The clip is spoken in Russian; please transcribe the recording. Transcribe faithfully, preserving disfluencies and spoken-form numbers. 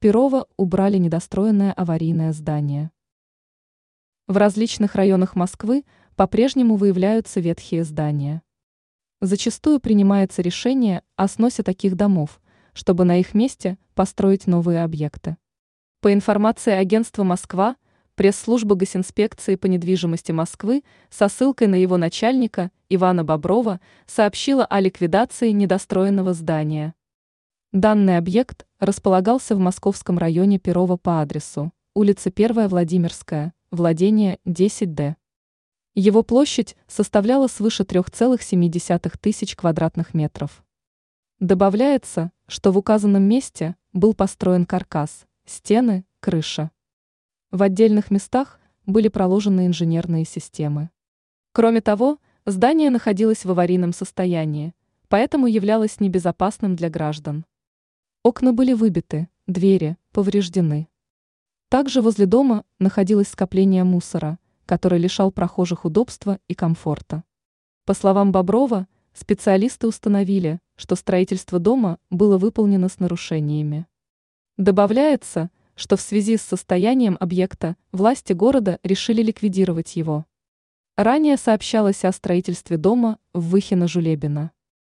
Перово убрали недостроенное аварийное здание. В различных районах Москвы по-прежнему выявляются ветхие здания. Зачастую принимается решение о сносе таких домов, чтобы на их месте построить новые объекты. По информации агентства «Москва», пресс-служба Госинспекции по недвижимости Москвы со ссылкой на его начальника Ивана Боброва сообщила о ликвидации недостроенного здания. Данный объект располагался в московском районе Перово по адресу улица первая Владимирская, владение десять Д. Его площадь составляла свыше трёх целых семи десятых тысяч квадратных метров. Добавляется, что в указанном месте был построен каркас, стены, крыша. В отдельных местах были проложены инженерные системы. Кроме того, здание находилось в аварийном состоянии, поэтому являлось небезопасным для граждан. Окна были выбиты, двери повреждены. Также возле дома находилось скопление мусора, который лишал прохожих удобства и комфорта. По словам Боброва, специалисты установили, что строительство дома было выполнено с нарушениями. Добавляется, что в связи с состоянием объекта власти города решили ликвидировать его. Ранее сообщалось о строительстве дома в Выхино-Жулебино.